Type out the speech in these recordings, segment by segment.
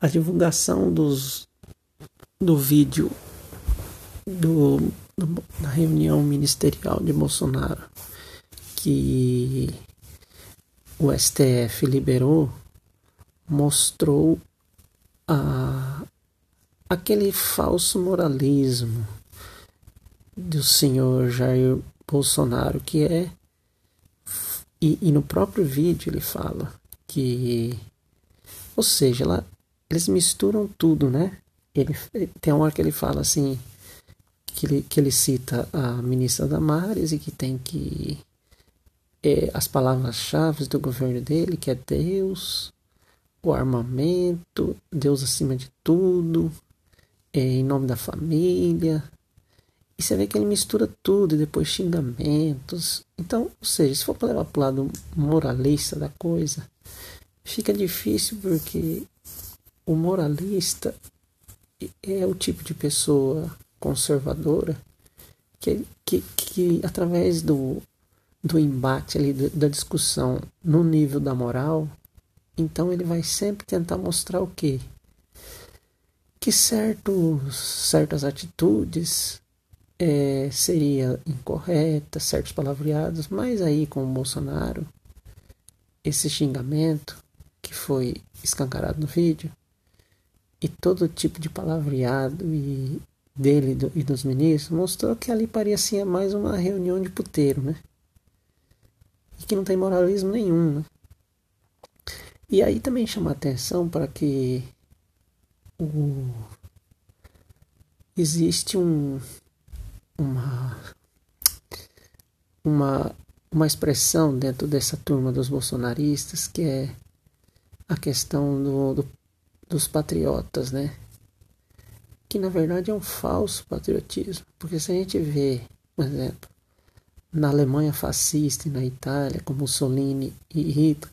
a divulgação do vídeo da reunião ministerial de Bolsonaro que o STF liberou mostrou aquele falso moralismo do senhor Jair Bolsonaro, que é, e no próprio vídeo ele fala que, ou seja, eles misturam tudo, né? Tem uma hora que ele fala assim, que ele cita a ministra Damares e que tem que as palavras-chave do governo dele, que é Deus, o armamento, Deus acima de tudo, em nome da família. E você vê que ele mistura tudo e depois xingamentos. Então, ou seja, se for para levar para o lado moralista da coisa, fica difícil, porque o moralista é o tipo de pessoa conservadora que através do embate ali, da discussão no nível da moral, então ele vai sempre tentar mostrar o quê? Que certas atitudes seria incorreta, certos palavreados, mas aí com o Bolsonaro, esse xingamento que foi escancarado no vídeo, e todo tipo de palavreado dele e dos ministros, mostrou que ali parecia mais uma reunião de puteiro, né? E que não tem moralismo nenhum, né? E aí também chama a atenção para que existe uma expressão dentro dessa turma dos bolsonaristas, que é a questão dos patriotas, né? Que na verdade é um falso patriotismo, porque se a gente vê, por exemplo, na Alemanha fascista e na Itália, com Mussolini e Hitler,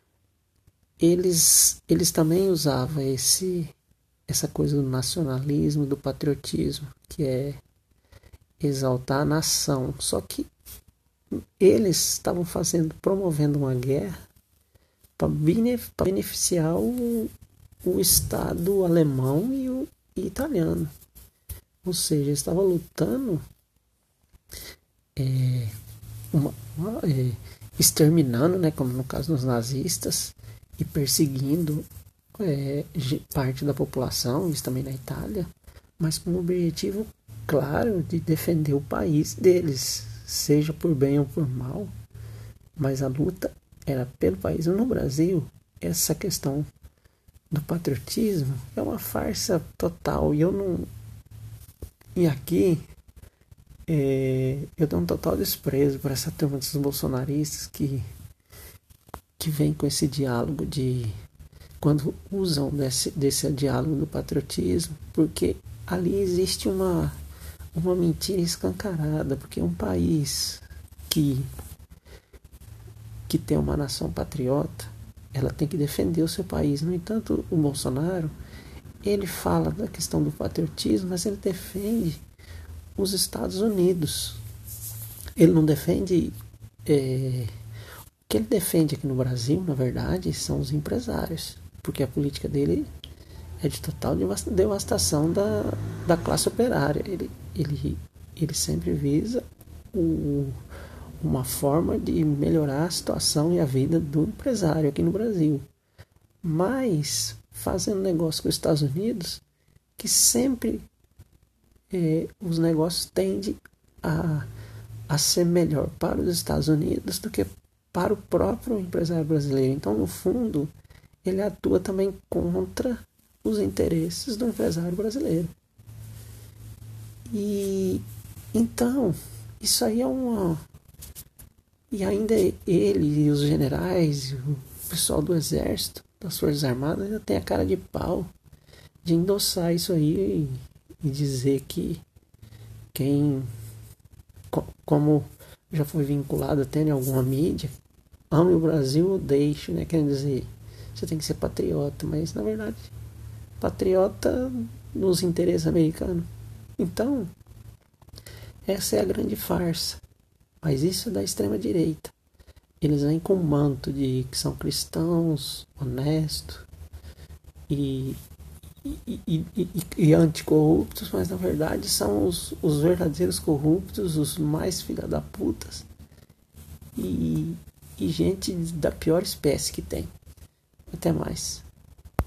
eles também usavam essa coisa do nacionalismo, do patriotismo, que é exaltar a nação. Só que eles estavam promovendo uma guerra para beneficiar o Estado alemão e italiano. Ou seja, eles estavam lutando, exterminando, né, como no caso dos nazistas, e perseguindo parte da população, isso também na Itália, mas com o objetivo claro de defender o país deles, seja por bem ou por mal, mas a luta era pelo país. No Brasil, essa questão do patriotismo é uma farsa total, e aqui eu dou um total desprezo por essa turma dos bolsonaristas que vem com esse diálogo quando usam desse diálogo do patriotismo, porque ali existe uma mentira escancarada, porque um país que tem uma nação patriota, ela tem que defender o seu país. No entanto, o Bolsonaro, ele fala da questão do patriotismo, mas ele defende os Estados Unidos. Ele não defende... o que ele defende aqui no Brasil, na verdade, são os empresários, porque a política dele é de total devastação da classe operária. Ele sempre visa uma forma de melhorar a situação e a vida do empresário aqui no Brasil, mas fazendo negócio com os Estados Unidos, que sempre os negócios tendem a ser melhor para os Estados Unidos do que para o próprio empresário brasileiro. Então, no fundo, ele atua também contra os interesses do empresário brasileiro. E então, isso aí é e ainda ele e os generais, o pessoal do exército, das Forças Armadas, ainda tem a cara de pau de endossar isso aí e dizer que como já foi vinculado até em alguma mídia, ame o Brasil ou deixe, né? Quer dizer, você tem que ser patriota, mas na verdade, patriota nos interesses americanos. Então, essa é a grande farsa. Mas isso é da extrema direita. Eles vêm com um manto de que são cristãos, honestos, e e anticorruptos, mas na verdade são os verdadeiros corruptos, os mais filha da putas e gente da pior espécie que tem. Até mais.